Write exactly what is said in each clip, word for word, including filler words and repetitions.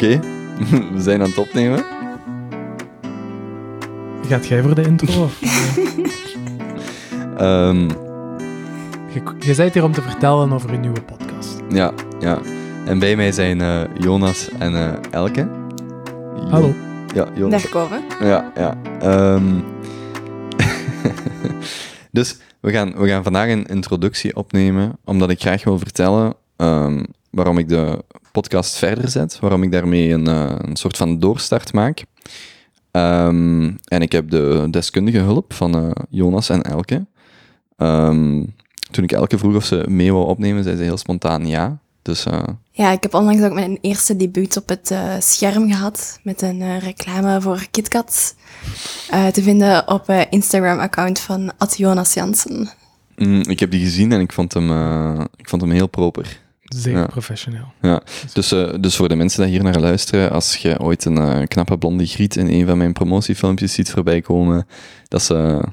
Oké, we zijn aan het opnemen. Gaat jij voor de intro? Of? um, je, je bent hier om te vertellen over een nieuwe podcast. Ja, ja. En bij mij zijn uh, Jonas en uh, Elke. Jo- Hallo. Ja, Jonas. Dag Koven. Ja, ja. Um, dus we gaan, we gaan vandaag een introductie opnemen, omdat ik graag wil vertellen um, waarom ik de podcast verder zet, waarom ik daarmee een, uh, een soort van doorstart maak. Um, en ik heb de deskundige hulp van uh, Jonas en Elke. Um, toen ik Elke vroeg of ze mee wou opnemen, zei ze heel spontaan ja. Dus, uh... Ja, ik heb onlangs ook mijn eerste debuut op het uh, scherm gehad met een uh, reclame voor KitKat. Uh, te vinden op het uh, Instagram-account van at Jonas Jansen. Mm, ik heb die gezien en ik vond hem, uh, ik vond hem heel proper. Zeer ja. professioneel. Ja, dus, uh, dus voor de mensen die hier naar luisteren, als je ooit een uh, knappe blonde griet in een van mijn promotiefilmpjes ziet voorbij komen, dat is... Uh...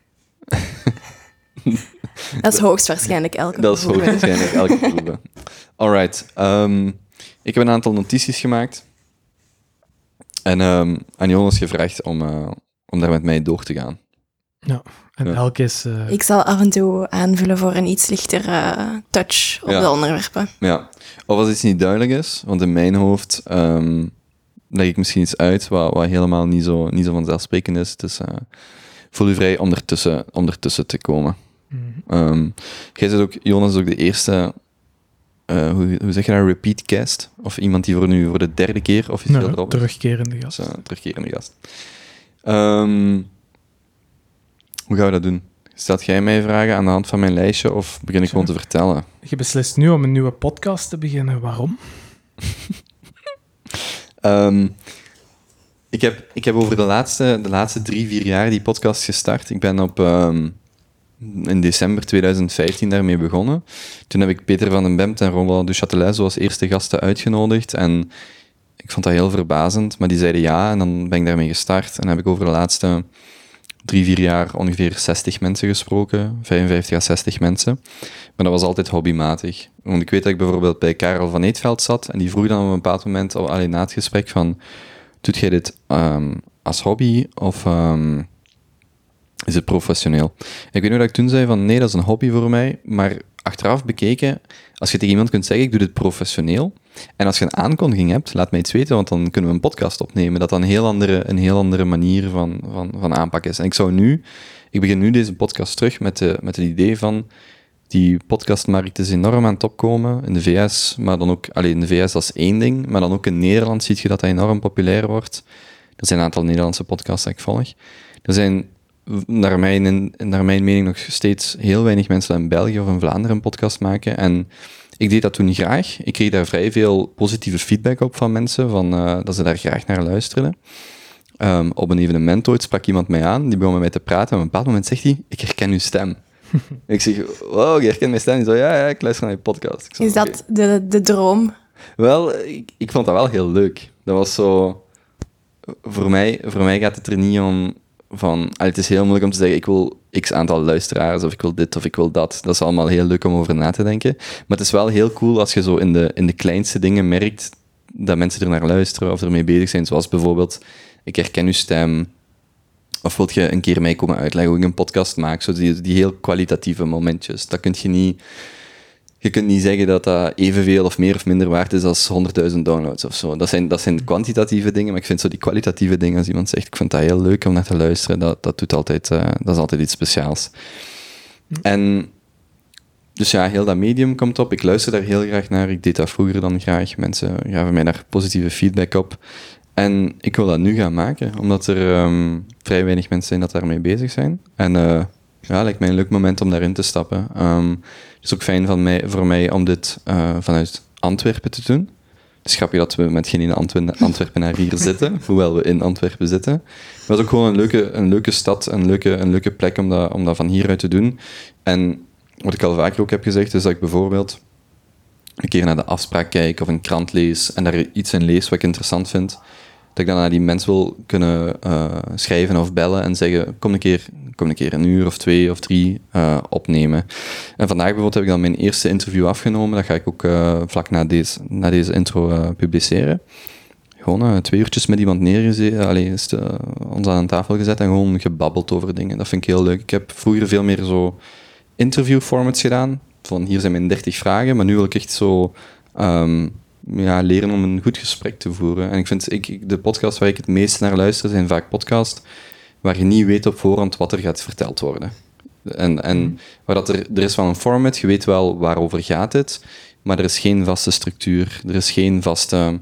dat is hoogstwaarschijnlijk Elke Dat is hoogstwaarschijnlijk Elke proeven. Alright. Um, ik heb een aantal notities gemaakt. En um, aan Jonas gevraagd om, uh, om daar met mij door te gaan. Ja, en ja. Elke is... Uh... Ik zal af en toe aanvullen voor een iets lichter uh, touch op ja. de onderwerpen. Ja, of als iets niet duidelijk is, want in mijn hoofd um, leg ik misschien iets uit wat, wat helemaal niet zo, niet zo vanzelfsprekend is. Dus uh, voel je vrij om ertussen, om ertussen te komen. Mm-hmm. Um, jij zit ook, Jonas is ook de eerste... Uh, hoe, hoe zeg je dat, repeat guest? Of iemand die voor nu voor de derde keer officieel no, erop is? Terugkerende gast. Dus, uh, terugkerende gast. Um, hoe gaan we dat doen? Stelt jij mij vragen aan de hand van mijn lijstje of begin ik ja. gewoon te vertellen? Je beslist nu om een nieuwe podcast te beginnen. Waarom? um, ik, heb, ik heb over de laatste, de laatste drie, vier jaar die podcast gestart. Ik ben op... Um, in december tweeduizend vijftien daarmee begonnen. Toen heb ik Peter van den Bemt en Roland du Châtelet zoals eerste gasten uitgenodigd. En ik vond dat heel verbazend, maar die zeiden ja. En dan ben ik daarmee gestart. En heb ik over de laatste drie, vier jaar ongeveer zestig mensen gesproken. vijfenvijftig à zestig mensen. Maar dat was altijd hobbymatig. Want ik weet dat ik bijvoorbeeld bij Karel van Eetveld zat. En die vroeg dan op een bepaald moment, al alleen na het gesprek, van... Doet jij dit um, als hobby of... Um, is het professioneel? Ik weet nu dat ik toen zei van nee, dat is een hobby voor mij, maar achteraf bekeken, als je tegen iemand kunt zeggen, ik doe dit professioneel, en als je een aankondiging hebt, laat mij iets weten, want dan kunnen we een podcast opnemen, dat dan een heel andere, een heel andere manier van, van, van aanpak is. En ik zou nu, ik begin nu deze podcast terug met, de, met het idee van, die podcastmarkt is enorm aan het opkomen, in de V S, maar dan ook, alleen in de V S dat is één ding, maar dan ook in Nederland zie je dat dat enorm populair wordt. Er zijn een aantal Nederlandse podcasts dat ik volg. Er zijn Naar mijn, naar mijn mening nog steeds heel weinig mensen in België of in Vlaanderen een podcast maken. En ik deed dat toen graag. Ik kreeg daar vrij veel positieve feedback op van mensen, van, uh, dat ze daar graag naar luisterden. Um, op een evenement ooit sprak iemand mij aan, die begon met mij te praten. En op een bepaald moment zegt hij, ik herken uw stem. Ik zeg, wow, je herkent mijn stem? Die zo, ja, ja, ik luister naar je podcast. Ik zo, Is dat okay. de, de droom? Wel, ik, ik vond dat wel heel leuk. Dat was zo... Voor mij, voor mij gaat het er niet om... Van, het is heel moeilijk om te zeggen, ik wil x aantal luisteraars, of ik wil dit, of ik wil dat. Dat is allemaal heel leuk om over na te denken. Maar het is wel heel cool als je zo in de, in de kleinste dingen merkt dat mensen er naar luisteren, of ermee bezig zijn. Zoals bijvoorbeeld, ik herken uw stem, of wilt je een keer mij komen uitleggen hoe ik een podcast maak. Zo die, die heel kwalitatieve momentjes. Dat kun je niet... Je kunt niet zeggen dat dat evenveel of meer of minder waard is als honderdduizend downloads of zo. Dat zijn, dat zijn kwantitatieve dingen, maar ik vind zo die kwalitatieve dingen, als iemand zegt, ik vind dat heel leuk om naar te luisteren, dat, dat, doet altijd, uh, dat is altijd iets speciaals. Hm. En dus ja, heel dat medium komt op. Ik luister daar heel graag naar. Ik deed dat vroeger dan graag. Mensen gaven mij daar positieve feedback op. En ik wil dat nu gaan maken, omdat er um, vrij weinig mensen zijn dat daarmee bezig zijn. En... Uh, Ja, lijkt mij een leuk moment om daarin te stappen. Um, het is ook fijn van mij, voor mij om dit uh, vanuit Antwerpen te doen. Het is grappig dat we met geen Antwer- Antwerpenaar hier zitten, hoewel we in Antwerpen zitten. Het was ook gewoon een leuke, een leuke stad, een leuke, een leuke plek om dat, om dat van hieruit te doen. En wat ik al vaker ook heb gezegd, is dat ik bijvoorbeeld een keer naar de afspraak kijk of een krant lees en daar iets in lees wat ik interessant vind, dat ik dan naar die mens wil kunnen uh, schrijven of bellen en zeggen, kom een keer, kom een keer een uur of twee of drie uh, opnemen. En vandaag bijvoorbeeld heb ik dan mijn eerste interview afgenomen. Dat ga ik ook uh, vlak na deze, na deze intro uh, publiceren. gewoon uh, twee uurtjes met iemand neergezet, uh, allee, is de, ons aan een tafel gezet en gewoon gebabbeld over dingen. Dat vind ik heel leuk. Ik heb vroeger veel meer zo interviewformats gedaan, van hier zijn mijn dertig vragen, maar nu wil ik echt zo um, ja, leren om een goed gesprek te voeren. En ik vind, ik, de podcasts waar ik het meest naar luister, zijn vaak podcasts waar je niet weet op voorhand wat er gaat verteld worden. En, en waar dat er, er is wel een format, je weet wel waarover gaat het, maar er is geen vaste structuur, er is geen vaste...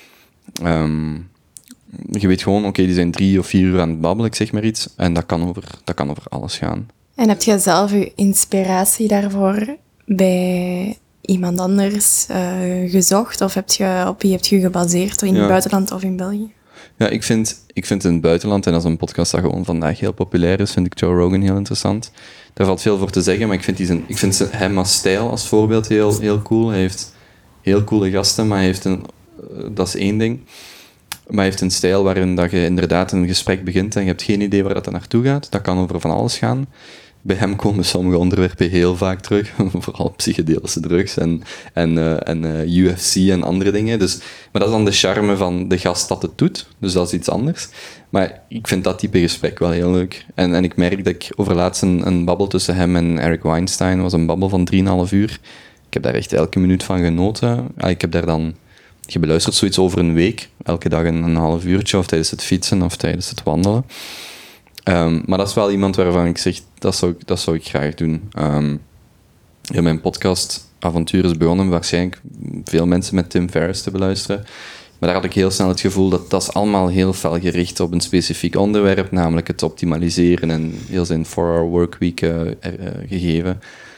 Um, je weet gewoon, oké, okay, die zijn drie of vier uur aan het babbelen, ik zeg maar iets, en dat kan over, dat kan over alles gaan. En heb je zelf je inspiratie daarvoor bij iemand anders uh, gezocht, of heb je, op wie heb je gebaseerd, in ja. het buitenland of in België? Ja, ik vind, ik vind in het buitenland, en als een podcast dat gewoon vandaag heel populair is, vind ik Joe Rogan heel interessant. Daar valt veel voor te zeggen, maar ik vind, die zijn, ik vind hem als stijl, als voorbeeld, heel, heel cool. Hij heeft heel coole gasten, maar hij heeft een... Uh, dat is één ding. Maar hij heeft een stijl waarin dat je inderdaad een gesprek begint en je hebt geen idee waar dat naartoe gaat. Dat kan over van alles gaan. Bij hem komen sommige onderwerpen heel vaak terug, vooral psychedelische drugs en, en, uh, en uh, U F C en andere dingen. Dus, maar dat is dan de charme van de gast dat het doet, dus dat is iets anders. Maar ik vind dat type gesprek wel heel leuk. En, en ik merk dat ik overlaatst een, een babbel tussen hem en Eric Weinstein was een babbel van drieënhalf uur. Ik heb daar echt elke minuut van genoten. Ja, ik heb daar dan... Je beluistert zoiets over een week, elke dag een, een half uurtje, of tijdens het fietsen of tijdens het wandelen. Um, maar dat is wel iemand waarvan ik zeg, dat zou, dat zou ik graag doen. Um, ja, mijn podcast-avontuur is begonnen waarschijnlijk veel mensen met Tim Ferriss te beluisteren. Maar daar had ik heel snel het gevoel dat dat is allemaal heel fel gericht op een specifiek onderwerp, namelijk het optimaliseren en heel zijn four-hour workweek uh, uh, gegeven.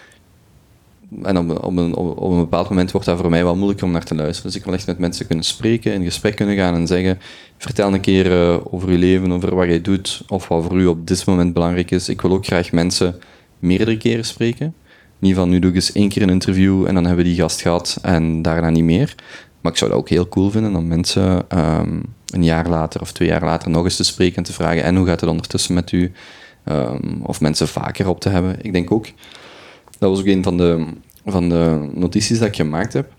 En op, op, een, op een bepaald moment wordt dat voor mij wel moeilijker om naar te luisteren. Dus ik wil echt met mensen kunnen spreken, in gesprek kunnen gaan en zeggen, vertel een keer uh, over je leven, over wat jij doet, of wat voor u op dit moment belangrijk is. Ik wil ook graag mensen meerdere keren spreken. Niet van, nu doe ik eens één keer een interview en dan hebben we die gast gehad en daarna niet meer. Maar ik zou dat ook heel cool vinden om mensen um, een jaar later of twee jaar later nog eens te spreken en te vragen, en hoe gaat het ondertussen met u? Um, of mensen vaker op te hebben. Ik denk ook... Dat was ook een van de, van de notities dat ik gemaakt heb.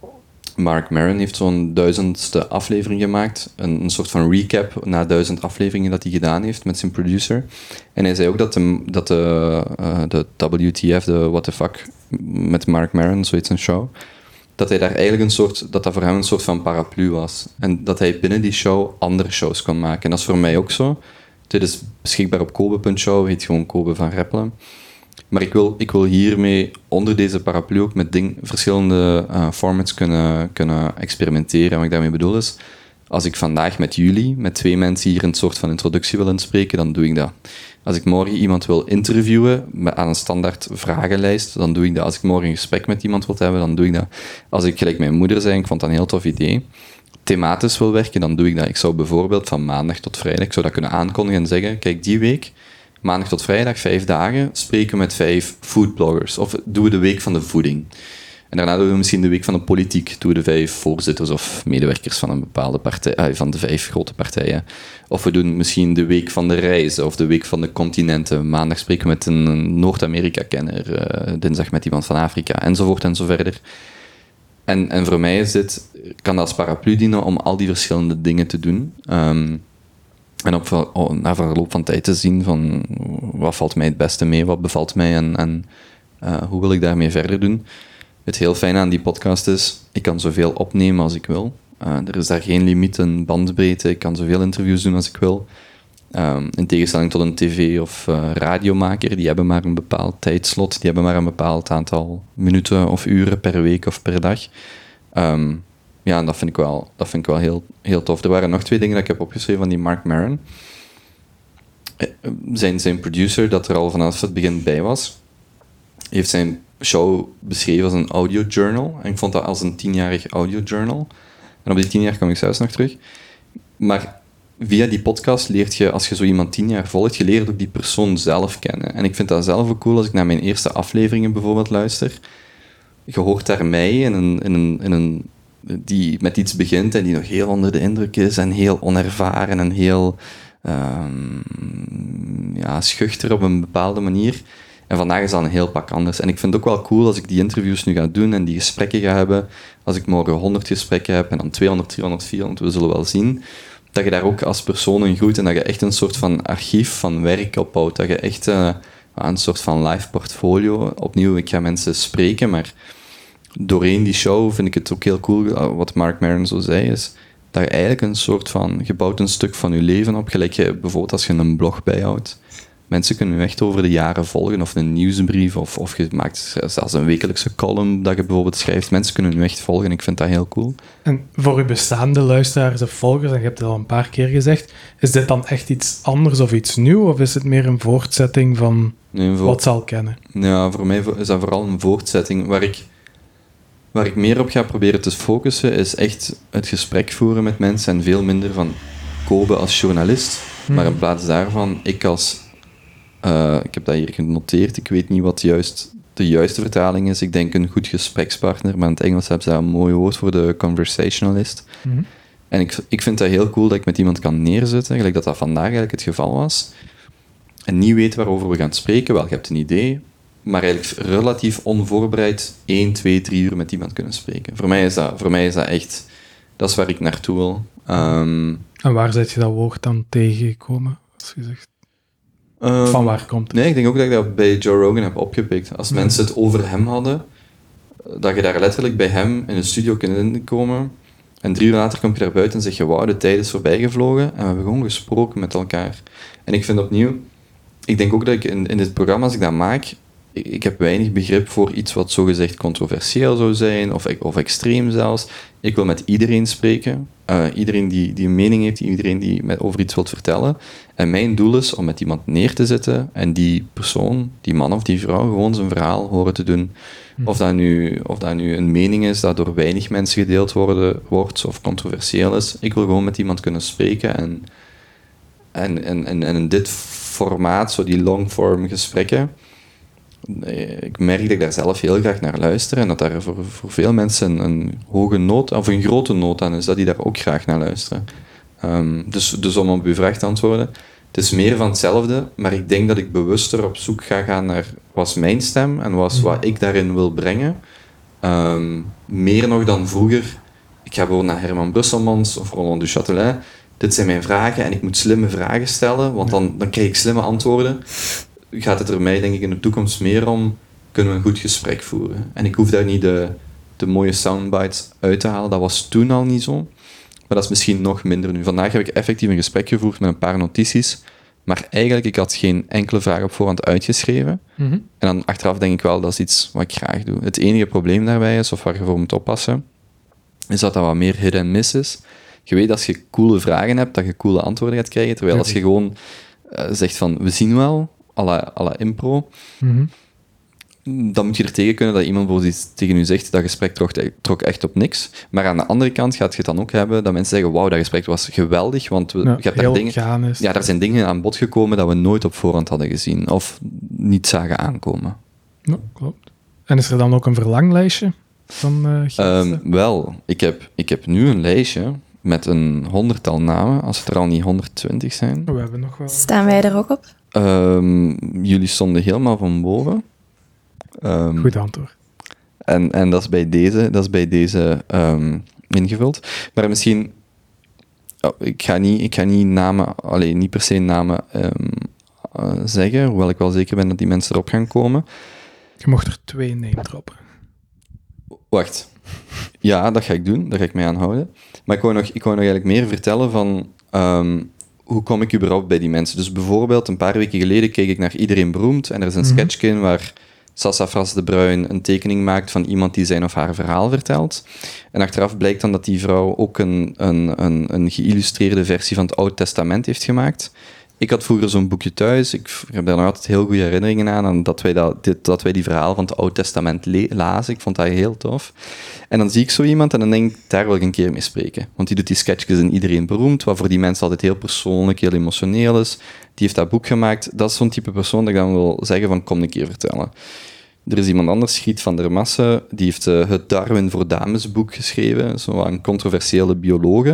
Mark Maron heeft zo'n duizendste aflevering gemaakt. Een, een soort van recap na duizend afleveringen dat hij gedaan heeft met zijn producer. En hij zei ook dat de, dat de, uh, de W T F, de What the Fuck, met Mark Maron, zoiets een show, dat hij daar eigenlijk een soort, dat dat voor hem een soort van paraplu was. En dat hij binnen die show andere shows kon maken. En dat is voor mij ook zo. Dit is beschikbaar op kobe punt show, heet gewoon Kobe van Rappelen. Maar ik wil, ik wil hiermee onder deze paraplu ook met ding, verschillende uh, formats kunnen, kunnen experimenteren. En wat ik daarmee bedoel is, als ik vandaag met jullie, met twee mensen hier een soort van introductie wil inspreken, dan doe ik dat. Als ik morgen iemand wil interviewen met, aan een standaard vragenlijst, dan doe ik dat. Als ik morgen een gesprek met iemand wil hebben, dan doe ik dat. Als ik gelijk mijn moeder zei, ik vond dat een heel tof idee, thematisch wil werken, dan doe ik dat. Ik zou bijvoorbeeld van maandag tot vrijdag, ik zou dat kunnen aankondigen en zeggen, kijk, die week... Maandag tot vrijdag, vijf dagen, spreken we met vijf foodbloggers. Of doen we de week van de voeding. En daarna doen we misschien de week van de politiek. Doen we de vijf voorzitters of medewerkers van een bepaalde partij, uh, van de vijf grote partijen. Of we doen misschien de week van de reizen of de week van de continenten. Maandag spreken we met een Noord-Amerika-kenner. Uh, dinsdag met iemand van Afrika, enzovoort en zo verder. En, en voor mij is dit, kan dat als paraplu dienen om al die verschillende dingen te doen. Um, En op, na verloop van tijd te zien van wat valt mij het beste mee, wat bevalt mij en, en uh, hoe wil ik daarmee verder doen. Het heel fijne aan die podcast is, ik kan zoveel opnemen als ik wil. Uh, er is daar geen limiet in bandbreedte, ik kan zoveel interviews doen als ik wil. Um, in tegenstelling tot een tv- of uh, radiomaker, die hebben maar een bepaald tijdslot, die hebben maar een bepaald aantal minuten of uren per week of per dag. Um, Ja, en dat vind ik wel, dat vind ik wel heel, heel tof. Er waren nog twee dingen dat ik heb opgeschreven van die Mark Maron. Zijn, zijn producer, dat er al vanaf het begin bij was, heeft zijn show beschreven als een audio journal. En ik vond dat als een tienjarig audio journal. En op die tien jaar kom ik zelfs nog terug. Maar via die podcast leert je, als je zo iemand tien jaar volgt, je leert ook die persoon zelf kennen. En ik vind dat zelf ook cool als ik naar mijn eerste afleveringen bijvoorbeeld luister. Je hoort daar mij in een... In een, in een die met iets begint en die nog heel onder de indruk is en heel onervaren en heel um, ja, schuchter op een bepaalde manier. En vandaag is dat een heel pak anders. En ik vind het ook wel cool als ik die interviews nu ga doen en die gesprekken ga hebben. Als ik morgen honderd gesprekken heb en dan tweehonderd, driehonderd, vierhonderd, we zullen wel zien. Dat je daar ook als persoon in groeit en dat je echt een soort van archief van werk opbouwt. Dat je echt uh, een soort van live portfolio... Opnieuw, ik ga mensen spreken, maar doorheen die show vind ik het ook heel cool, wat Marc Maron zo zei, is dat je eigenlijk een soort van... Je bouwt een stuk van je leven op, gelijk je bijvoorbeeld als je een blog bijhoudt. Mensen kunnen je echt over de jaren volgen, of een nieuwsbrief, of, of je maakt zelfs een wekelijkse column dat je bijvoorbeeld schrijft. Mensen kunnen je echt volgen, ik vind dat heel cool. En voor uw bestaande luisteraars of volgers, en je hebt het al een paar keer gezegd, is dit dan echt iets anders of iets nieuws, of is het meer een voortzetting van nee, voor... wat ze al kennen? Ja, voor mij is dat vooral een voortzetting. Waar ik, waar ik meer op ga proberen te focussen, is echt het gesprek voeren met mensen en veel minder van Kobe als journalist, hmm. maar in plaats daarvan ik als... Uh, ik heb dat hier genoteerd, ik weet niet wat juist de juiste vertaling is. Ik denk een goed gesprekspartner, maar in het Engels hebben ze daar een mooi woord voor, de conversationalist. Mm-hmm. En ik, ik vind dat heel cool dat ik met iemand kan neerzitten, gelijk dat dat vandaag eigenlijk het geval was, en niet weet waarover we gaan spreken. Wel, je hebt een idee, maar eigenlijk relatief onvoorbereid één, twee, drie uur met iemand kunnen spreken. Voor mij is dat, voor mij is dat echt... Dat is waar ik naartoe wil. Um, en waar zit je dat woord dan tegengekomen, als je zegt? Um, Van waar komt het? Nee, ik denk ook dat ik dat bij Joe Rogan heb opgepikt. Als mm. mensen het over hem hadden, dat je daar letterlijk bij hem in een studio kunt komen en drie uur later kom je daar buiten en zeg je, wauw, de tijd is voorbij gevlogen en we hebben gewoon gesproken met elkaar. En ik vind opnieuw, ik denk ook dat ik in, in dit programma, als ik dat maak, ik, ik heb weinig begrip voor iets wat zogezegd controversieel zou zijn, of, of extreem zelfs. Ik wil met iedereen spreken. Uh, iedereen die, die een mening heeft, iedereen die met, over iets wilt vertellen. En mijn doel is om met iemand neer te zitten en die persoon, die man of die vrouw, gewoon zijn verhaal horen te doen. Of dat nu, of dat nu een mening is dat door weinig mensen gedeeld worden, wordt of controversieel is. Ik wil gewoon met iemand kunnen spreken en, en, en, en, en in dit formaat, zo die long-form gesprekken, ik merk dat ik daar zelf heel graag naar luister en dat daar voor, voor veel mensen een, een hoge nood, of een grote nood aan is, dat die daar ook graag naar luisteren. Um, dus, dus om op uw vraag te antwoorden, het is meer van hetzelfde, maar ik denk dat ik bewuster op zoek ga gaan naar wat is mijn stem en wat, is wat ik daarin wil brengen. Um, meer nog dan vroeger. Ik ga bijvoorbeeld naar Herman Brusselmans of Roland Duchâtelet. Dit zijn mijn vragen en ik moet slimme vragen stellen, want dan, dan krijg ik slimme antwoorden. Gaat het er mij, denk ik, in de toekomst meer om, kunnen we een goed gesprek voeren. En ik hoef daar niet de, de mooie soundbites uit te halen. Dat was toen al niet zo. Maar dat is misschien nog minder nu. Vandaag heb ik effectief een gesprek gevoerd met een paar notities. Maar eigenlijk, ik had geen enkele vraag op voorhand uitgeschreven. Mm-hmm. En dan achteraf denk ik wel, dat is iets wat ik graag doe. Het enige probleem daarbij is, of waar je voor moet oppassen, is dat dat wat meer hit en miss is. Je weet, als je coole vragen hebt, dat je coole antwoorden gaat krijgen. Terwijl als je gewoon uh, zegt van, we zien wel, à la, à la impro, mm-hmm. dan moet je er tegen kunnen dat iemand bijvoorbeeld tegen u zegt, dat gesprek trok, trok echt op niks. Maar aan de andere kant gaat je het dan ook hebben dat mensen zeggen, wauw, dat gesprek was geweldig, want we, ja, je hebt daar dingen, ja, daar zijn dingen aan bod gekomen dat we nooit op voorhand hadden gezien, of niet zagen aankomen. Ja, klopt. En is er dan ook een verlanglijstje van uh, um, Wel, ik heb, ik heb nu een lijstje met een honderdtal namen, als het er al niet honderdtwintig zijn. We hebben nog wel... Staan wij er ook op? Um, jullie stonden helemaal van boven. Um, Goed antwoord. En, en dat is bij deze, dat is bij deze um, ingevuld. Maar misschien... Oh, ik, ga niet, ik ga niet namen... Alleen niet per se namen um, uh, zeggen, hoewel ik wel zeker ben dat die mensen erop gaan komen. Je mocht er twee name droppen. Wacht. Ja, dat ga ik doen. Daar ga ik mij aan houden. Maar ik wou nog, ik wou nog eigenlijk meer vertellen van... Um, hoe kom ik überhaupt bij die mensen? Dus bijvoorbeeld, een paar weken geleden keek ik naar Iedereen Beroemd en er is een mm-hmm. sketchje in waar Sassafras de Bruin een tekening maakt van iemand die zijn of haar verhaal vertelt. En achteraf blijkt dan dat die vrouw ook een, een, een, een geïllustreerde versie van het Oude Testament heeft gemaakt. Ik had vroeger zo'n boekje thuis. Ik heb daar nog altijd heel goede herinneringen aan. En dat wij, dat, dit, dat wij die verhaal van het Oude Testament le- lazen. Ik vond dat heel tof. En dan zie ik zo iemand en dan denk ik, daar wil ik een keer mee spreken. Want die doet die sketchjes in Iedereen Beroemd, wat voor die mensen altijd heel persoonlijk, heel emotioneel is. Die heeft dat boek gemaakt. Dat is zo'n type persoon dat ik dan wil zeggen van, kom een keer vertellen. Er is iemand anders, Griet van der Masse, die heeft uh, het Darwin voor Dames boek geschreven. Zo'n controversiële biologe.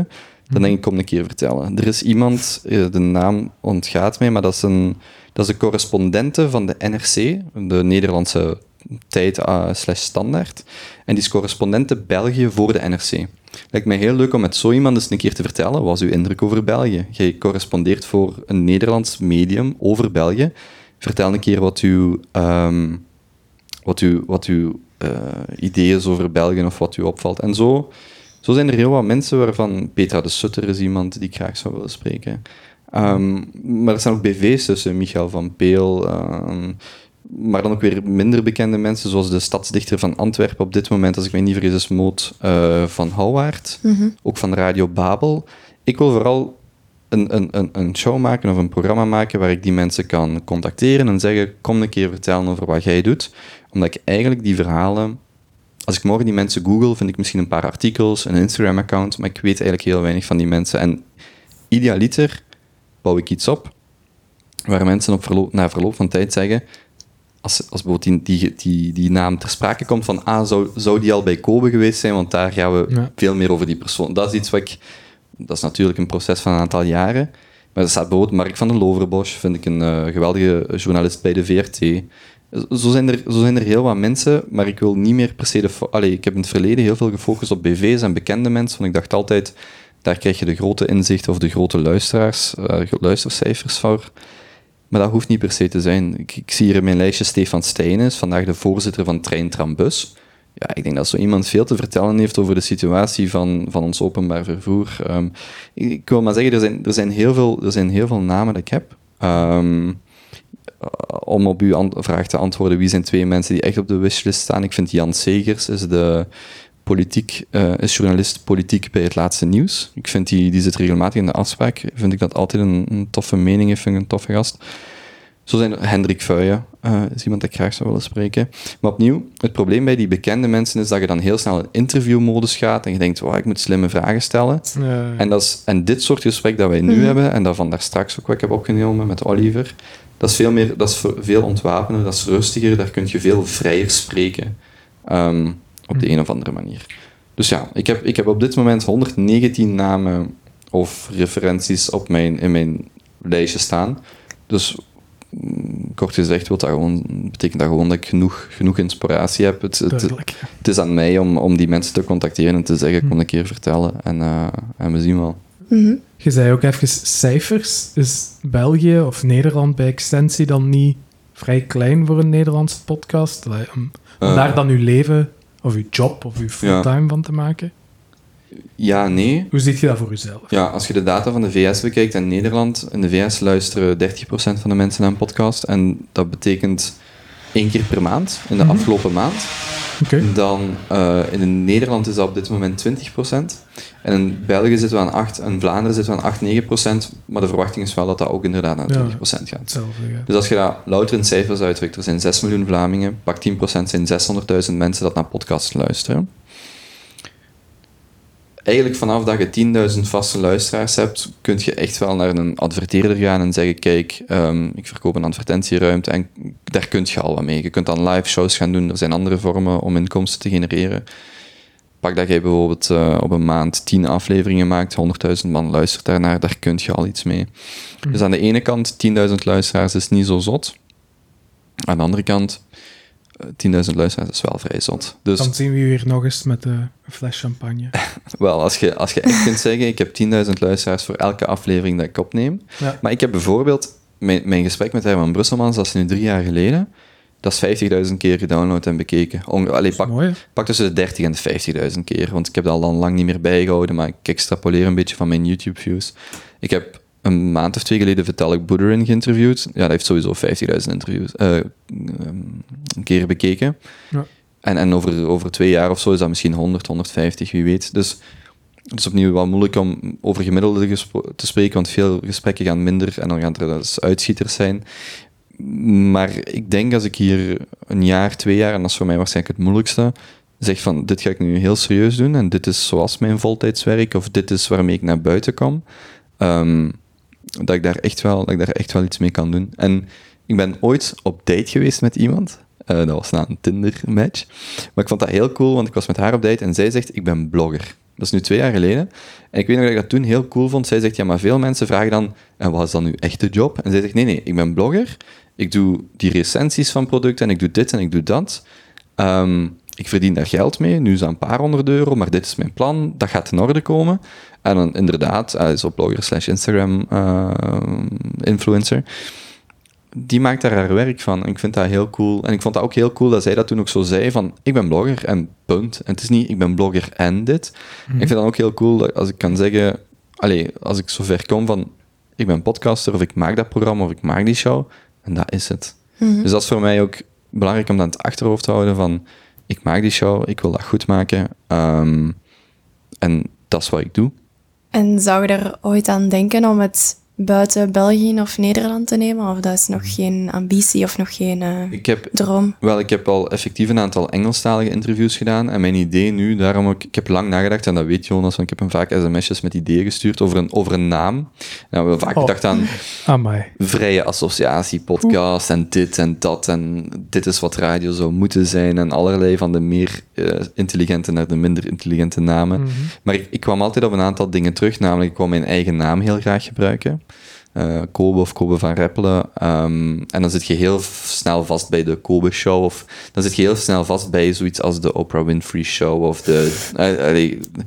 Dan denk ik, kom een keer vertellen. Er is iemand, de naam ontgaat mij, maar dat is een, dat is de correspondente van de N R C, de Nederlandse tijd uh, slash standaard. En die is correspondente België voor de N R C. Lijkt mij heel leuk om met zo iemand eens een keer te vertellen. Wat is uw indruk over België? Jij correspondeert voor een Nederlands medium over België. Vertel een keer wat uw, um, wat uw, wat uw uh, idee is over België of wat u opvalt. En zo, zo zijn er heel wat mensen waarvan Petra de Sutter is iemand die ik graag zou willen spreken. Um, maar er zijn ook B V's tussen, Michael van Peel, uh, maar dan ook weer minder bekende mensen, zoals de stadsdichter van Antwerpen op dit moment, als ik mij niet vergis, is Maud uh, van Houwaard, mm-hmm. ook van Radio Babel. Ik wil vooral een, een, een, een show maken of een programma maken waar ik die mensen kan contacteren en zeggen, kom een keer vertellen over wat jij doet. Omdat ik eigenlijk die verhalen, als ik morgen die mensen google, vind ik misschien een paar artikels, een Instagram-account, maar ik weet eigenlijk heel weinig van die mensen. En idealiter bouw ik iets op waar mensen op verloop, na verloop van tijd zeggen, als, als bijvoorbeeld die, die, die, die naam ter sprake komt van, ah, zou, zou die al bij Kobe geweest zijn, want daar gaan we ja. veel meer over die persoon. Dat is iets wat ik... Dat is natuurlijk een proces van een aantal jaren, maar er staat bijvoorbeeld Mark van den Loverbosch, vind ik een uh, geweldige journalist bij de V R T. Zo zijn, er, zo zijn er heel wat mensen, maar ik wil niet meer per se... De fo- Allee, ik heb in het verleden heel veel gefocust op B V's en bekende mensen, want ik dacht altijd, daar krijg je de grote inzichten of de grote luisteraars, uh, luistercijfers voor. Maar dat hoeft niet per se te zijn. Ik, ik zie hier in mijn lijstje Stefan Steijn is, vandaag de voorzitter van Trein Trambus. Ja, ik denk dat zo iemand veel te vertellen heeft over de situatie van, van ons openbaar vervoer. Um, ik, ik wil maar zeggen, er zijn, er, zijn heel veel, er zijn heel veel namen dat ik heb. Um, uh, om op uw an- vraag te antwoorden, wie zijn twee mensen die echt op de wishlist staan? Ik vind Jan Segers is de politiek, uh, is journalist politiek bij Het Laatste Nieuws. Ik vind die, die zit regelmatig in de afspraak. Vind ik dat altijd een, een toffe mening heeft, vind ik een toffe gast. Zo zijn er Hendrik Vuijen, uh, is iemand dat ik graag zou willen spreken. Maar opnieuw, het probleem bij die bekende mensen is dat je dan heel snel in interviewmodus gaat en je denkt, wow, ik moet slimme vragen stellen. Ja. En, dat is, en dit soort gesprek dat wij nu mm-hmm. hebben, en dat van daar straks ook wat ik heb opgenomen met Oliver, dat is veel meer, dat is veel ontwapener, dat is rustiger, daar kun je veel vrijer spreken. Um, op de een of andere manier. Dus ja, ik heb, ik heb op dit moment honderdnegentien namen of referenties op mijn, in mijn lijstje staan. Dus kort gezegd wil dat gewoon, betekent dat gewoon dat ik genoeg, genoeg inspiratie heb. Het, het, het is aan mij om, om die mensen te contacteren en te zeggen, kom een keer vertellen en, uh, en we zien wel. Mm-hmm. Je zei ook even cijfers. Is België of Nederland bij extensie dan niet vrij klein voor een Nederlandse podcast? Om, om uh, daar dan uw leven of uw job of uw fulltime ja. van te maken? Ja, nee. Hoe ziet je dat voor jezelf? Ja, als je de data van de V S bekijkt en Nederland, in de V S luisteren dertig procent van de mensen naar een podcast en dat betekent één keer per maand, in de mm-hmm. afgelopen maand. Okay. Dan uh, in Nederland is dat op dit moment twintig procent. En in België zitten we aan acht, en in Vlaanderen zitten we aan acht, negen procent, maar de verwachting is wel dat dat ook inderdaad naar twintig procent gaat. Hetzelfde, ja. Dus als je dat louter in cijfers uitdrukt, er zijn zes miljoen Vlamingen, pak tien procent zijn zeshonderdduizend mensen dat naar podcasts luisteren. Eigenlijk vanaf dat je tienduizend vaste luisteraars hebt, kun je echt wel naar een adverteerder gaan en zeggen, kijk, um, ik verkoop een advertentieruimte en daar kun je al wat mee. Je kunt dan live shows gaan doen, er zijn andere vormen om inkomsten te genereren. Pak dat jij bijvoorbeeld uh, op een maand tien afleveringen maakt, honderdduizend man luistert daarnaar, daar kun je al iets mee. Mm. Dus aan de ene kant, tienduizend luisteraars is niet zo zot. Aan de andere kant, tienduizend luisteraars is wel vrij zot. Dus, dan zien we je hier nog eens met uh, een fles champagne. Wel, als je, als je echt kunt zeggen, ik heb tienduizend luisteraars voor elke aflevering dat ik opneem. Ja. Maar ik heb bijvoorbeeld, mijn, mijn gesprek met Herman Brusselmans, dat is nu drie jaar geleden, dat is vijftigduizend keer gedownload en bekeken. Onge- Allee, pak, mooi, pak tussen de dertig en de vijftigduizend keer, want ik heb dat al dan lang niet meer bijgehouden, maar ik extrapoleer een beetje van mijn YouTube-views. Ik heb een maand of twee geleden Vitalik Buterin geïnterviewd. Ja, dat heeft sowieso vijftigduizend interviews, uh, um, een keer bekeken. Ja. En, en over, over twee jaar of zo is dat misschien honderd, honderdvijftig, wie weet. Dus het is opnieuw wel moeilijk om over gemiddelde gespo- te spreken, want veel gesprekken gaan minder en dan gaan er dus uitschieters zijn. Maar ik denk als ik hier een jaar, twee jaar, en dat is voor mij waarschijnlijk het moeilijkste, zeg van, dit ga ik nu heel serieus doen en dit is zoals mijn voltijdswerk of dit is waarmee ik naar buiten kom. Um, dat ik daar echt wel, dat ik daar echt wel iets mee kan doen. En ik ben ooit op date geweest met iemand. Uh, dat was na een Tinder-match. Maar ik vond dat heel cool, want ik was met haar op date en zij zegt, ik ben blogger. Dat is nu twee jaar geleden. En ik weet nog dat ik dat toen heel cool vond. Zij zegt, ja, maar veel mensen vragen dan, en wat is dan uw echte job? En zij zegt, nee, nee, ik ben blogger. Ik doe die recensies van producten en ik doe dit en ik doe dat. Um, ik verdien daar geld mee. Nu is dat een paar honderd euro, maar dit is mijn plan. Dat gaat in orde komen. En dan inderdaad, hij is op blogger slash Instagram uh, influencer. Die maakt daar haar werk van. En ik vind dat heel cool. En ik vond dat ook heel cool dat zij dat toen ook zo zei van, ik ben blogger en punt. En het is niet, ik ben blogger en dit. Mm-hmm. Ik vind dat ook heel cool dat als ik kan zeggen, allez, als ik zover kom van, ik ben podcaster of ik maak dat programma of ik maak die show. En dat is het. Mm-hmm. Dus dat is voor mij ook belangrijk om dat in het achterhoofd te houden van, ik maak die show, ik wil dat goed maken. Um, en dat is wat ik doe. En zou je er ooit aan denken om het buiten België of Nederland te nemen? Of dat is nog geen ambitie of nog geen uh, ik heb, droom? Wel, ik heb al effectief een aantal Engelstalige interviews gedaan. En mijn idee nu, daarom ook... Ik heb lang nagedacht, en dat weet Jonas, want ik heb hem vaak sms'jes met ideeën gestuurd over een, over een naam. En we hebben vaak oh. gedacht aan Amai. vrije associatie, podcast en dit en dat. En dit is wat radio zou moeten zijn. En allerlei van de meer uh, intelligente naar de minder intelligente namen. Mm-hmm. Maar ik, ik kwam altijd op een aantal dingen terug. Namelijk, ik wou mijn eigen naam heel graag gebruiken. Uh, Kobe of Kobe van Reppelen. Um, en dan zit je heel snel vast bij de Kobe Show. Of dan zit je heel snel vast bij zoiets als de Oprah Winfrey Show. Of de... Uh, uh,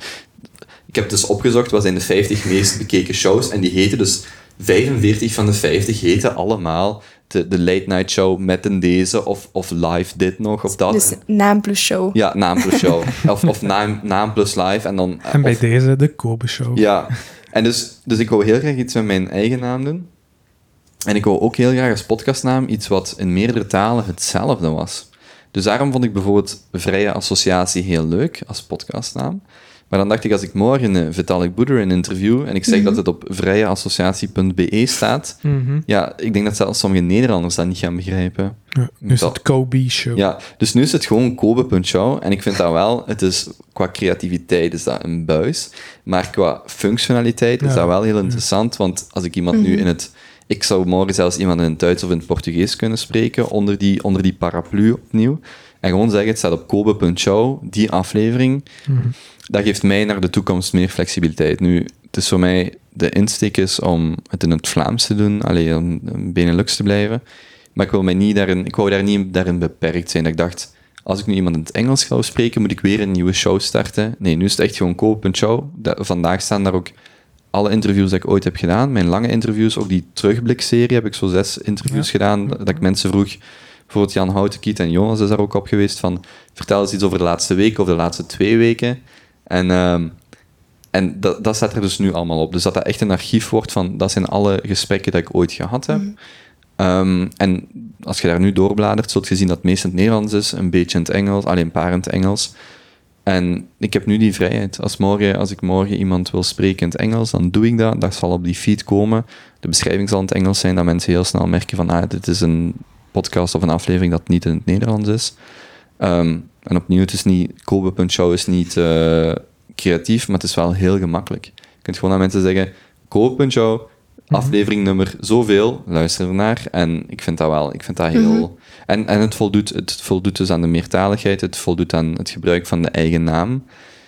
ik heb dus opgezocht, wat zijn de vijftig meest bekeken shows. En die heten dus... vijfenveertig van de vijftig heten allemaal de, de Late Night Show met een deze. Of, of live dit nog, of dat. Dus naam plus show. Ja, naam plus show. of of naam, naam plus live. En, dan, uh, en bij of, deze de Kobe Show. Ja. En dus, dus ik wou heel graag iets met mijn eigen naam doen. En ik wou ook heel graag als podcastnaam iets wat in meerdere talen hetzelfde was. Dus daarom vond ik bijvoorbeeld Vrije Associatie heel leuk als podcastnaam. Maar dan dacht ik, als ik morgen uh, Vitalik Buterin een interview en ik zeg mm-hmm. dat het op vrijeassociatie punt b e staat, mm-hmm. ja, ik denk dat zelfs sommige Nederlanders dat niet gaan begrijpen. Ja, nu is het Kobe Show. Ja, dus nu is het gewoon kobe punt show en ik vind dat wel, het is qua creativiteit is dat een buis, maar qua functionaliteit is ja. dat wel heel interessant, want als ik iemand mm-hmm. nu in het... Ik zou morgen zelfs iemand in het Duits of in het Portugees kunnen spreken, onder die, onder die paraplu opnieuw. En gewoon zeggen, het staat op kobe punt show, die aflevering. Mm-hmm. Dat geeft mij naar de toekomst meer flexibiliteit. Nu, het is voor mij, de insteek is om het in het Vlaams te doen, alleen om Benelux te blijven. Maar ik wil mij niet daarin, ik wou daar niet daarin beperkt zijn. Dat ik dacht, als ik nu iemand in het Engels ga spreken, moet ik weer een nieuwe show starten. Nee, nu is het echt gewoon kobe punt show. Vandaag staan daar ook alle interviews die ik ooit heb gedaan. Mijn lange interviews, ook die terugblikserie, heb ik zo zes interviews ja. gedaan, dat ik mensen vroeg... Bijvoorbeeld Jan Houtenkiet en Jonas is daar ook op geweest van, vertel eens iets over de laatste week of de laatste twee weken. En, um, en dat, dat staat er dus nu allemaal op. Dus dat dat echt een archief wordt van, dat zijn alle gesprekken die ik ooit gehad heb. Mm. Um, en als je daar nu doorbladert, zult je zien dat het meest in het Nederlands is, een beetje in het Engels, alleen een paar in het Engels. En ik heb nu die vrijheid. Als, morgen, als ik morgen iemand wil spreken in het Engels, dan doe ik dat. Dat zal op die feed komen. De beschrijving zal in het Engels zijn, dat mensen heel snel merken van, ah, dit is een podcast of een aflevering dat niet in het Nederlands is. Um, en opnieuw, het is niet, kobe punt show is niet uh, creatief, maar het is wel heel gemakkelijk. Je kunt gewoon aan mensen zeggen, kobe punt show, aflevering nummer zoveel, luister ernaar. En ik vind dat wel, ik vind dat heel... Mm-hmm. En, en het, voldoet, het voldoet dus aan de meertaligheid, het voldoet aan het gebruik van de eigen naam.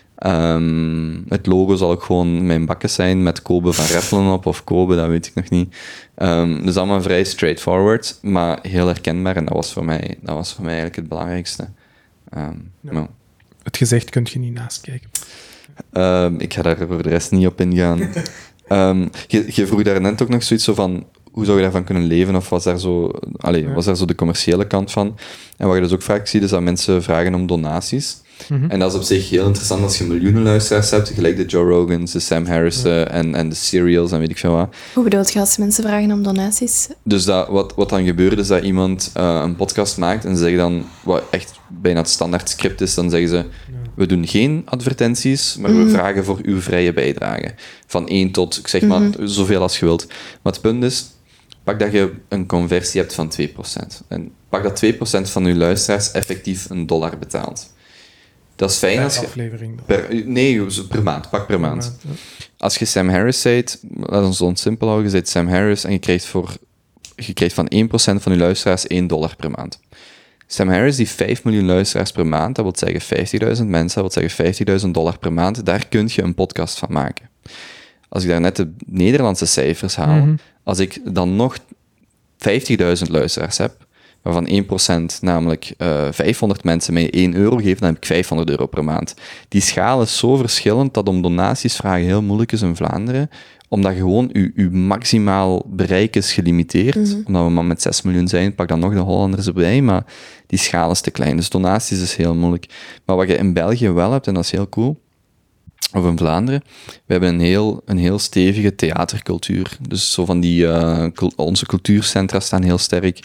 Um, het logo zal ook gewoon mijn bakken zijn met Kobe van Reppelen op, of Kobe, dat weet ik nog niet. Um, dus allemaal vrij straightforward, maar heel herkenbaar. En dat was voor mij, dat was voor mij eigenlijk het belangrijkste. Um, ja. nou. Het gezicht kun je niet naast kijken. Um, ik ga daar voor de rest niet op ingaan. um, je, je vroeg daar net ook nog zoiets zo van, hoe zou je daarvan kunnen leven? Of was daar zo, allez, ja. was daar zo de commerciële kant van? En wat je dus ook vaak ziet, is dat mensen vragen om donaties. Mm-hmm. En dat is op zich heel interessant als je miljoenen luisteraars hebt, gelijk de Joe Rogans, de Sam Harris ja. en, en de Serials en weet ik veel wat. Hoe bedoelt je als mensen vragen om donaties? Dus dat, wat, wat dan gebeurt is dat iemand uh, een podcast maakt en ze zeggen dan, wat echt bijna het standaard script is, dan zeggen ze, ja. we doen geen advertenties, maar mm-hmm. we vragen voor uw vrije bijdrage. Van één tot, ik zeg maar, mm-hmm. zoveel als je wilt. Maar het punt is, pak dat je een conversie hebt van twee procent. En pak dat twee procent van je luisteraars effectief een dollar betaalt. Dat is fijn per als je... aflevering. Per, nee, per maand. Pak per maand. Per maand ja. Als je Sam Harris zijt, laat ons zo simpel houden, je zijt Sam Harris en je krijgt, voor, je krijgt van één procent van je luisteraars één dollar per maand. Sam Harris die vijf miljoen luisteraars per maand, dat wil zeggen vijftigduizend mensen, dat wil zeggen vijftigduizend dollar per maand, daar kun je een podcast van maken. Als ik daar net de Nederlandse cijfers haal, mm-hmm. als ik dan nog vijftigduizend luisteraars heb, waarvan één procent, namelijk uh, vijfhonderd mensen mij één euro geven, dan heb ik vijfhonderd euro per maand. Die schaal is zo verschillend dat om donaties vragen heel moeilijk is in Vlaanderen, omdat gewoon uw, uw maximaal bereik is gelimiteerd. Mm-hmm. Omdat we maar met zes miljoen zijn, pak dan nog de Hollanders erbij, maar die schaal is te klein. Dus donaties is heel moeilijk. Maar wat je in België wel hebt, en dat is heel cool, of in Vlaanderen, we hebben een heel, een heel stevige theatercultuur. Dus zo van die, uh, cult, onze cultuurcentra staan heel sterk.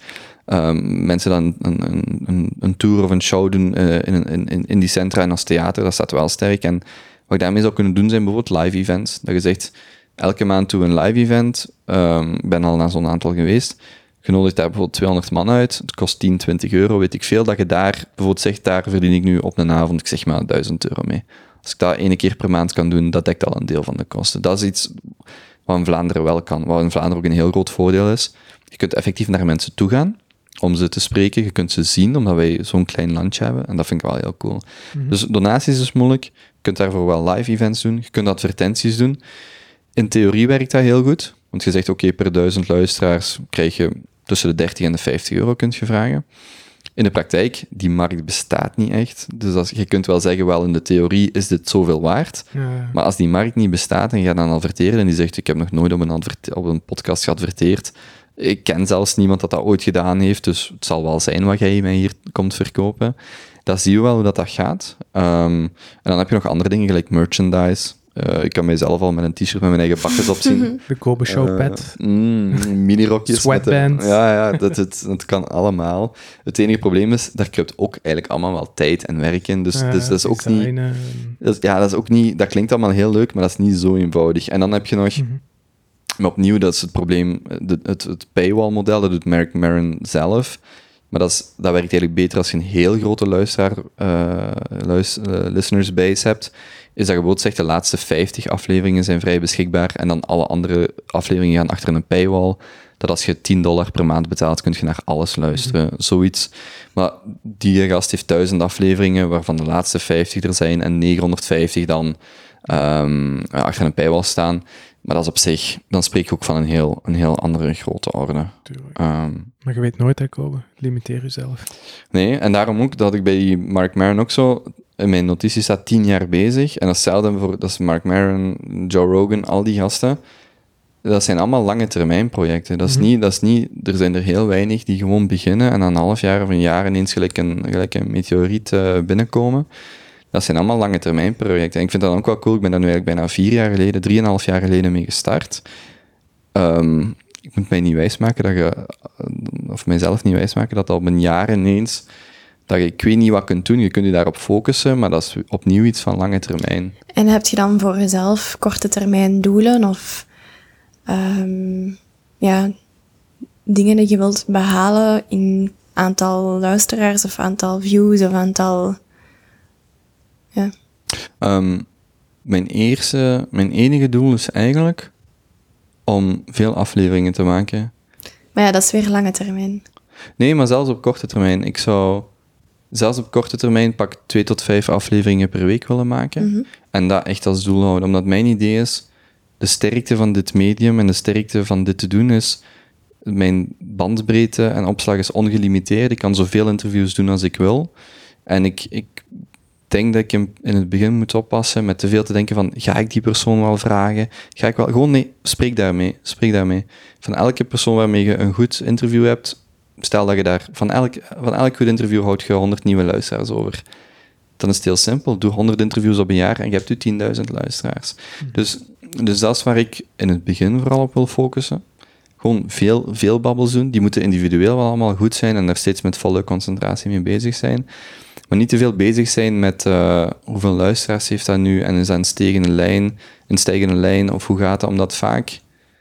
Um, mensen dan een, een, een, een tour of een show doen uh, in, in, in die centra en als theater, dat staat wel sterk. En wat je daarmee zou kunnen doen, zijn bijvoorbeeld live events. Dat je zegt, elke maand doen we een live event. Ik um, ben al naar zo'n aantal geweest. Je nodigt daar bijvoorbeeld tweehonderd man uit. Het kost tien, twintig euro, weet ik veel. Dat je daar bijvoorbeeld zegt, daar verdien ik nu op een avond, ik zeg maar, duizend euro mee. Als ik dat ene keer per maand kan doen, dat dekt al een deel van de kosten. Dat is iets wat in Vlaanderen wel kan. Wat in Vlaanderen ook een heel groot voordeel is. Je kunt effectief naar mensen toe gaan om ze te spreken. Je kunt ze zien, omdat wij zo'n klein landje hebben. En dat vind ik wel heel cool. Mm-hmm. Dus donaties is moeilijk. Je kunt daarvoor wel live events doen. Je kunt advertenties doen. In theorie werkt dat heel goed. Want je zegt, oké, okay, per duizend luisteraars krijg je tussen de dertig en de vijftig euro kunt je vragen. In de praktijk, die markt bestaat niet echt. Dus als, je kunt wel zeggen, wel in de theorie is dit zoveel waard. Ja. Maar als die markt niet bestaat en je gaat dan adverteren en die zegt, ik heb nog nooit op een, adverte- op een podcast geadverteerd. Ik ken zelfs niemand dat dat ooit gedaan heeft, dus het zal wel zijn wat jij mij hier komt verkopen. Dat zie je wel hoe dat, dat gaat. Um, en dan heb je nog andere dingen, gelijk merchandise. Uh, ik kan mijzelf al met een t-shirt met mijn eigen bakjes opzien. De Kobe Show pet. Uh, mm, mini-rokjes. Sweatband. Ja, ja dat, het, dat kan allemaal. Het enige probleem is, daar kruipt ook eigenlijk allemaal wel tijd en werk in. Dus, uh, dus dat is ook niet... Dat is, ja, dat is ook niet... Dat klinkt allemaal heel leuk, maar dat is niet zo eenvoudig. En dan heb je nog... Mm-hmm. Maar opnieuw, dat is het probleem. De, het, het paywall-model, dat doet Marc Maron zelf. Maar dat, is, dat werkt eigenlijk beter als je een heel grote luisteraar, uh, luister, uh, listeners base hebt. Is dat je bijvoorbeeld zegt, de laatste vijftig afleveringen zijn vrij beschikbaar en dan alle andere afleveringen gaan achter een paywall. Dat als je tien dollar per maand betaalt, kun je naar alles luisteren. Mm-hmm. Zoiets. Maar die gast heeft duizend afleveringen, waarvan de laatste vijftig er zijn en negenhonderdvijftig dan um, achter een paywall staan. Maar dat is op zich, dan spreek je ook van een heel, een heel andere grote orde. Um, maar je weet nooit, hè, Kobe. Limiteer jezelf. Nee, en daarom ook dat ik bij die Marc Maron ook zo... In mijn notitie staat tien jaar bezig. En datzelfde voor... Dat is Marc Maron, Joe Rogan, al die gasten. Dat zijn allemaal lange termijn projecten. Dat is, mm-hmm. niet, dat is niet... Er zijn er heel weinig die gewoon beginnen en dan een half jaar of een jaar ineens gelijk een, gelijk een meteoriet uh, binnenkomen. Dat zijn allemaal lange termijn projecten. En ik vind dat ook wel cool. Ik ben daar nu eigenlijk bijna vier jaar geleden, drieënhalf jaar geleden mee gestart. Um, ik moet mij niet wijsmaken dat je, of mijzelf niet wijsmaken dat dat op een jaar ineens, dat je, ik weet niet wat kunt doen, je kunt je daarop focussen, maar dat is opnieuw iets van lange termijn. En heb je dan voor jezelf korte termijn doelen of um, ja, dingen die je wilt behalen in aantal luisteraars of aantal views of aantal... Ja. Um, mijn eerste, mijn enige doel is eigenlijk om veel afleveringen te maken. Maar ja, dat is weer lange termijn. Nee, maar zelfs op korte termijn. Ik zou zelfs op korte termijn pak twee tot vijf afleveringen per week willen maken. Mm-hmm. En dat echt als doel houden. Omdat mijn idee is, de sterkte van dit medium en de sterkte van dit te doen is, mijn bandbreedte en opslag is ongelimiteerd. Ik kan zoveel interviews doen als ik wil. En ik... ik Ik denk dat ik hem in het begin moet oppassen met te veel te denken van, ga ik die persoon wel vragen? Ga ik wel... Gewoon nee, spreek daarmee. Spreek daarmee. Van elke persoon waarmee je een goed interview hebt, stel dat je daar... Van elk, van elk goed interview houd je honderd nieuwe luisteraars over. Dan is het heel simpel. Doe honderd interviews op een jaar en je hebt nu tienduizend luisteraars. Mm. Dus, dus dat is waar ik in het begin vooral op wil focussen. Gewoon veel, veel babbels doen. Die moeten individueel wel allemaal goed zijn en daar steeds met volle concentratie mee bezig zijn. Maar niet te veel bezig zijn met uh, hoeveel luisteraars heeft dat nu en is dat een stijgende lijn, een stijgende lijn of hoe gaat dat? Omdat vaak,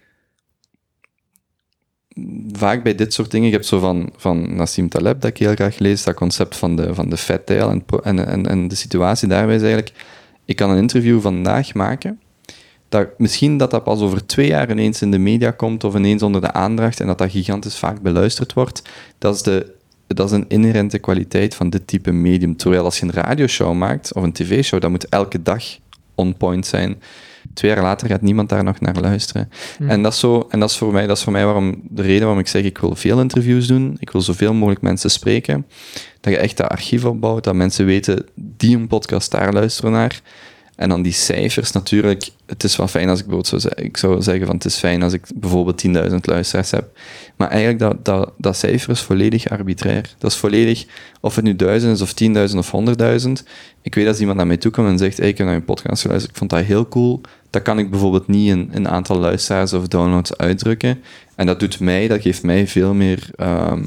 vaak bij dit soort dingen, je hebt zo van, van Nassim Taleb, dat ik heel graag lees, dat concept van de, van de fat tail en, en, en, en de situatie daarbij is eigenlijk, ik kan een interview vandaag maken, dat misschien dat dat pas over twee jaar ineens in de media komt of ineens onder de aandacht en dat dat gigantisch vaak beluisterd wordt. Dat is de dat is een inherente kwaliteit van dit type medium. Terwijl als je een radioshow maakt, of een tv-show, dat moet elke dag on point zijn. Twee jaar later gaat niemand daar nog naar luisteren. Mm. En, dat is zo, en dat is voor mij, dat is voor mij waarom, de reden waarom ik zeg, ik wil veel interviews doen, ik wil zoveel mogelijk mensen spreken, dat je echt dat archief opbouwt, dat mensen weten, die een podcast, daar luisteren naar. En dan die cijfers, natuurlijk, het is wel fijn als ik bijvoorbeeld zou zeggen, ik zou zeggen van het is fijn als ik bijvoorbeeld tienduizend luisteraars heb. Maar eigenlijk, dat, dat, dat cijfer is volledig arbitrair. Dat is volledig, of het nu duizend is, of tienduizend, of honderdduizend. Ik weet als iemand naar mij toe komt en zegt, hey, ik heb naar je podcast geluisterd, ik vond dat heel cool. Dat kan ik bijvoorbeeld niet in een aantal luisteraars of downloads uitdrukken. En dat doet mij, dat geeft mij veel meer um,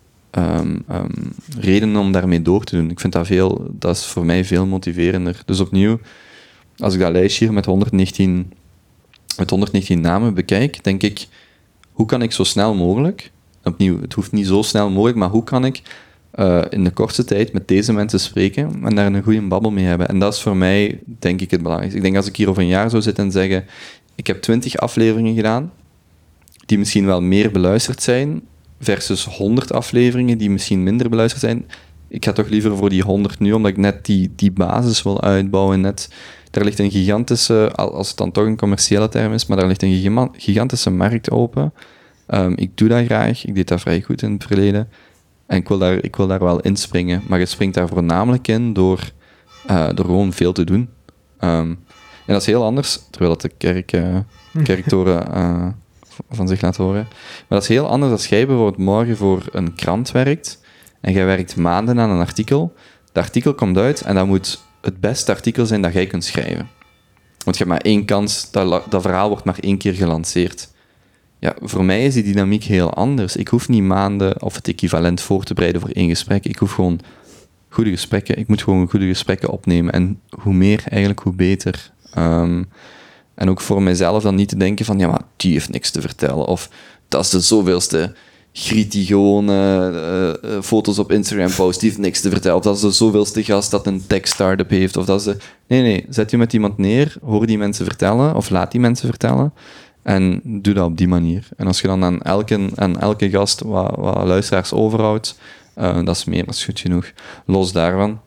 um, um, redenen om daarmee door te doen. Ik vind dat veel, dat is voor mij veel motiverender. Dus opnieuw, als ik dat lijstje hier met honderdnegentien, met honderdnegentien namen bekijk, denk ik, hoe kan ik zo snel mogelijk, opnieuw, het hoeft niet zo snel mogelijk, maar hoe kan ik uh, in de kortste tijd met deze mensen spreken en daar een goede babbel mee hebben? En dat is voor mij, denk ik, het belangrijkste. Ik denk als ik hier over een jaar zou zitten en zeggen, ik heb twintig afleveringen gedaan, die misschien wel meer beluisterd zijn, versus honderd afleveringen die misschien minder beluisterd zijn. Ik ga toch liever voor die honderd nu, omdat ik net die, die basis wil uitbouwen, net... Daar ligt een gigantische, als het dan toch een commerciële term is, maar daar ligt een gigantische markt open. Um, ik doe dat graag, ik deed dat vrij goed in het verleden. En ik wil daar, ik wil daar wel inspringen. Maar je springt daar voornamelijk in door, uh, door gewoon veel te doen. Um, en dat is heel anders, terwijl dat de kerk, uh, kerktoren uh, van zich laat horen. Maar dat is heel anders als jij bijvoorbeeld morgen voor een krant werkt en jij werkt maanden aan een artikel. Dat artikel komt uit en dat moet het beste artikel zijn dat jij kunt schrijven. Want je hebt maar één kans, dat, dat verhaal wordt maar één keer gelanceerd. Ja, voor mij is die dynamiek heel anders. Ik hoef niet maanden of het equivalent voor te bereiden voor één gesprek. Ik hoef gewoon goede gesprekken. Ik moet gewoon goede gesprekken opnemen. En hoe meer, eigenlijk, hoe beter. Um, en ook voor mijzelf dan niet te denken van, ja, maar die heeft niks te vertellen. Of dat is de zoveelste Griet die gewoon uh, uh, foto's op Instagram post, die heeft niks te vertellen. Of dat is de zoveelste gast dat een tech-startup heeft. Of dat is de... Nee, nee, zet je met iemand neer, hoor die mensen vertellen, of laat die mensen vertellen, en doe dat op die manier. En als je dan aan elke, aan elke gast wat, wat luisteraars overhoudt, uh, dat is meer dan goed genoeg. Los daarvan,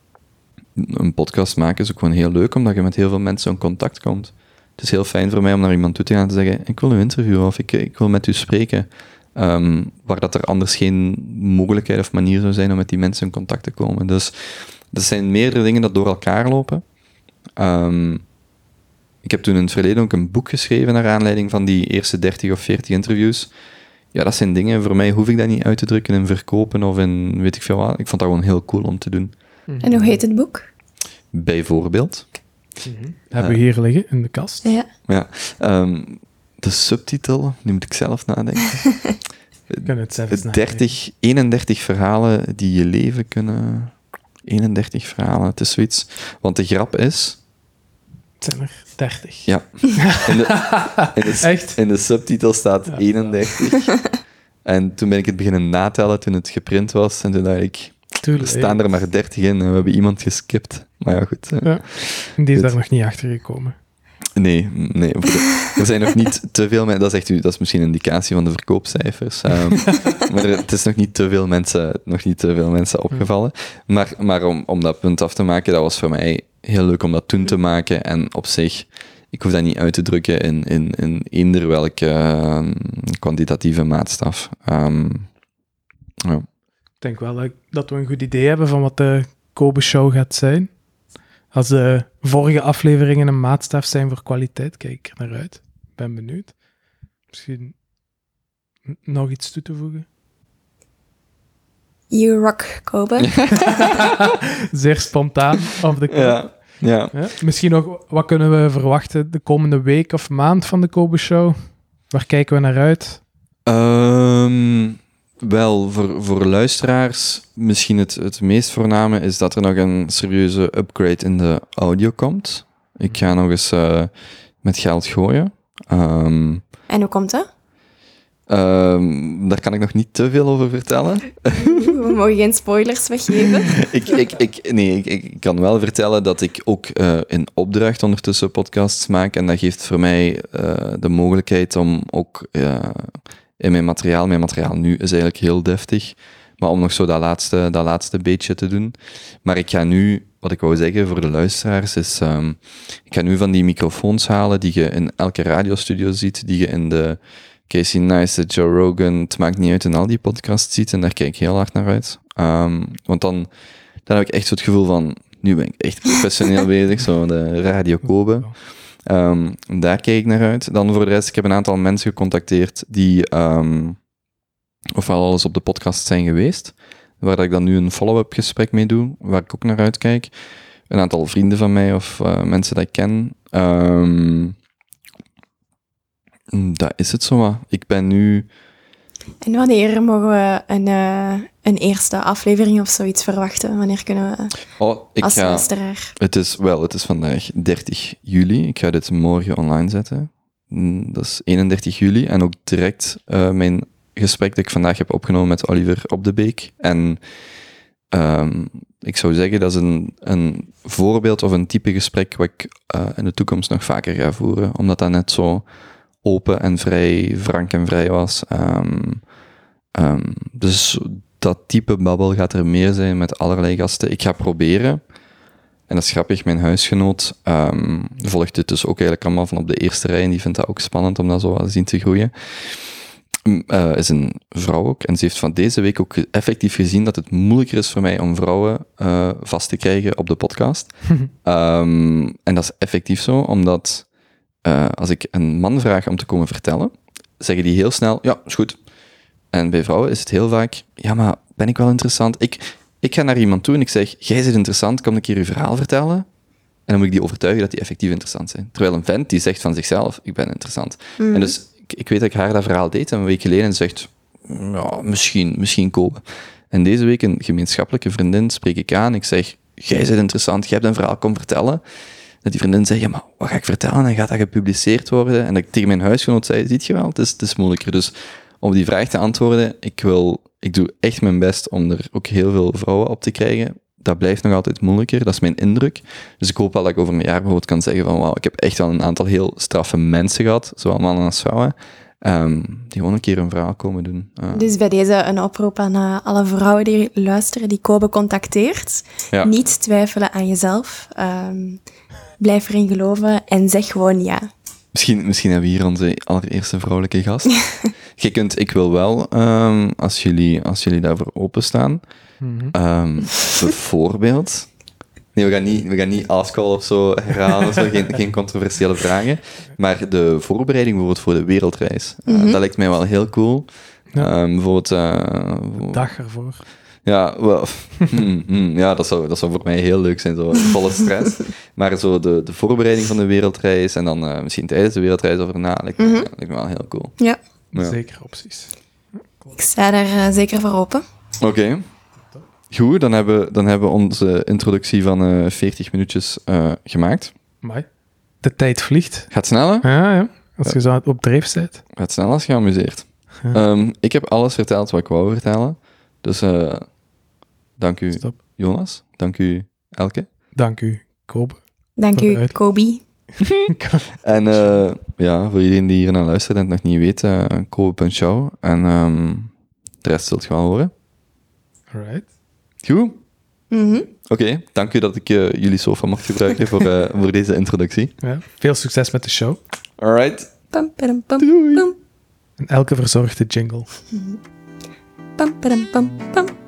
een podcast maken is ook gewoon heel leuk, omdat je met heel veel mensen in contact komt. Het is heel fijn voor mij om naar iemand toe te gaan en te zeggen, ik wil u interviewen, of ik, ik wil met u spreken. Um, waar dat er anders geen mogelijkheid of manier zou zijn om met die mensen in contact te komen. Dus er zijn meerdere dingen dat door elkaar lopen. Um, ik heb toen in het verleden ook een boek geschreven naar aanleiding van die eerste dertig of veertig interviews. Ja, dat zijn dingen, voor mij hoef ik dat niet uit te drukken in verkopen of in weet ik veel wat. Ik vond dat gewoon heel cool om te doen. En hoe heet het boek? Bijvoorbeeld. Mm-hmm. Hebben we hier liggen in de kast. Ja. Ja. Um, de subtitel, nu moet ik zelf nadenken. Ik kan het zelfs dertig, eenendertig verhalen die je leven kunnen... eenendertig verhalen, het is zoiets. Want de grap is... Het zijn er dertig. Ja. In de, in de, Echt? In de subtitel staat ja, eenendertig. Ja. En toen ben ik het beginnen natellen toen het geprint was. En toen dacht ik... Tuurlijk, er staan er maar dertig in en we hebben iemand geskipt. Maar ja, goed. Ja. Die is goed. Daar nog niet achter gekomen. Nee, nee. Er zijn nog niet te veel mensen... Dat is, echt, dat is misschien een indicatie van de verkoopcijfers. Um, maar het is nog niet te veel mensen, nog niet te veel mensen opgevallen. Maar, maar om, om dat punt af te maken, dat was voor mij heel leuk om dat toen te maken. En op zich, ik hoef dat niet uit te drukken in, in, in eender welke uh, kwantitatieve maatstaf. Um, ja. Ik denk wel dat we een goed idee hebben van wat de Kobe Show gaat zijn. Als de vorige afleveringen een maatstaf zijn voor kwaliteit, kijk ik er naar uit. Ik ben benieuwd. Misschien n- nog iets toe te voegen? You rock, Kobe. Zeer spontaan. Of de ja, ja. Ja, misschien nog, wat kunnen we verwachten de komende week of maand van de Kobe Show? Waar kijken we naar uit? Um, wel, voor, voor luisteraars, misschien het, het meest voorname is dat er nog een serieuze upgrade in de audio komt. Ik ga nog eens uh, met geld gooien. Um, en hoe komt dat? Um, daar kan ik nog niet te veel over vertellen. We mogen geen spoilers weggeven. ik, ik, ik, nee, ik, ik kan wel vertellen dat ik ook uh, in opdracht ondertussen podcasts maak. En dat geeft voor mij uh, de mogelijkheid om ook uh, in mijn materiaal... Mijn materiaal nu is eigenlijk heel deftig. maar om nog zo dat laatste, dat laatste beetje te doen. Maar ik ga nu, wat ik wou zeggen voor de luisteraars, is... Um, ik ga nu van die microfoons halen die je in elke radiostudio ziet, die je in de Casey Neistat, Joe Rogan, het maakt niet uit, in al die podcasts ziet. En daar kijk ik heel hard naar uit. Um, want dan, dan heb ik echt zo het gevoel van... Nu ben ik echt professioneel bezig, zo de Radio Kobe. Um, daar kijk ik naar uit. Dan voor de rest, ik heb een aantal mensen gecontacteerd die um, ofwel al eens op de podcast zijn geweest, waar dat ik dan nu een follow-up gesprek mee doe, waar ik ook naar uitkijk. Een aantal vrienden van mij of uh, mensen dat ik ken. Um, dat is het zo wat. Ik ben nu... En wanneer mogen we een, uh, een eerste aflevering of zoiets verwachten? Wanneer kunnen we oh, ik als ga, luisteraar? Het is, wel, het is vandaag dertig juli. Ik ga dit morgen online zetten. Dat is eenendertig juli. En ook direct uh, mijn gesprek dat ik vandaag heb opgenomen met Oliver Op de Beek. En um, ik zou zeggen, dat is een, een voorbeeld of een type gesprek wat ik uh, in de toekomst nog vaker ga voeren. Omdat dat net zo open en vrij, frank en vrij was. Um, um, dus dat type babbel gaat er meer zijn met allerlei gasten. Ik ga proberen, en dat is grappig, mijn huisgenoot um, volgt dit dus ook eigenlijk allemaal van op de eerste rij en die vindt dat ook spannend om dat zo te zien te groeien. Uh, is een vrouw ook, en ze heeft van deze week ook effectief gezien dat het moeilijker is voor mij om vrouwen uh, vast te krijgen op de podcast. um, en dat is effectief zo, omdat uh, als ik een man vraag om te komen vertellen, zeggen die heel snel, ja, is goed. En bij vrouwen is het heel vaak, ja, maar ben ik wel interessant? Ik, ik ga naar iemand toe en ik zeg, jij bent interessant, kom een keer je verhaal vertellen. En dan moet ik die overtuigen dat die effectief interessant zijn. Terwijl een vent, die zegt van zichzelf, ik ben interessant. Mm. En dus, ik, ik weet dat ik haar dat verhaal deed, en een week geleden zegt, ja, misschien, misschien komen. En deze week een gemeenschappelijke vriendin spreek ik aan, ik zeg, jij bent interessant, jij hebt een verhaal, kom vertellen. Dat die vriendin zei, ja, maar wat ga ik vertellen? En gaat dat gepubliceerd worden? En dat ik tegen mijn huisgenoot zei, ziet je wel, het is, het is moeilijker. Dus om die vraag te antwoorden, ik wil, ik doe echt mijn best om er ook heel veel vrouwen op te krijgen. Dat blijft nog altijd moeilijker, dat is mijn indruk. Dus ik hoop wel dat ik over een jaar bijvoorbeeld kan zeggen van, wauw, ik heb echt wel een aantal heel straffe mensen gehad, zowel mannen als vrouwen, um, die gewoon een keer een verhaal komen doen. Uh. Dus bij deze een oproep aan uh, alle vrouwen die luisteren, die Kobe contacteert. Ja. Niet twijfelen aan jezelf. Um, blijf erin geloven en zeg gewoon ja. Misschien, misschien hebben we hier onze allereerste vrouwelijke gast. Je kunt, ik wil wel, um, als, jullie, als jullie daarvoor openstaan, mm-hmm. um, bijvoorbeeld... Nee, we gaan niet, we gaan niet Askal of zo herhalen, of zo, geen, geen controversiële vragen. Maar de voorbereiding bijvoorbeeld voor de wereldreis, mm-hmm. uh, dat lijkt mij wel heel cool. Ja. Um, bijvoorbeeld... Uh, de dag ervoor. Ja, well, hmm, hmm, ja dat, zou, dat zou voor mij heel leuk zijn, zo volle stress. Maar zo de, de voorbereiding van de wereldreis en dan uh, misschien tijdens de wereldreis of erna, lijkt, mm-hmm. uh, lijkt me wel heel cool. Ja. ja. Zeker opties. Ik sta daar uh, zeker voor open. Oké. Okay. Goed, dan hebben, dan hebben we onze introductie van uh, veertig minuutjes uh, gemaakt. Amai. De tijd vliegt. Gaat sneller? Ja, ja. Als je zo op dreef bent. Gaat sneller als je amuseert. Ja. Um, ik heb alles verteld wat ik wou vertellen. Dus uh, dank u, Stop. Jonas. Dank u, Elke. Dank u, Kobe. Dank u, Kobe. En uh, ja, voor iedereen die hier naar luistert en het nog niet weet, uh, kobe punt show. En um, de rest zult je wel horen. Alright. Goed? Mm-hmm. Oké, okay, dank u dat ik uh, jullie sofa mocht gebruiken voor, uh, voor deze introductie. Ja, veel succes met de show. Alright. Pum, pum, pum, Doei. pum. En Elke verzorgt de jingle. Mm-hmm. Pum, pum, pum, pum.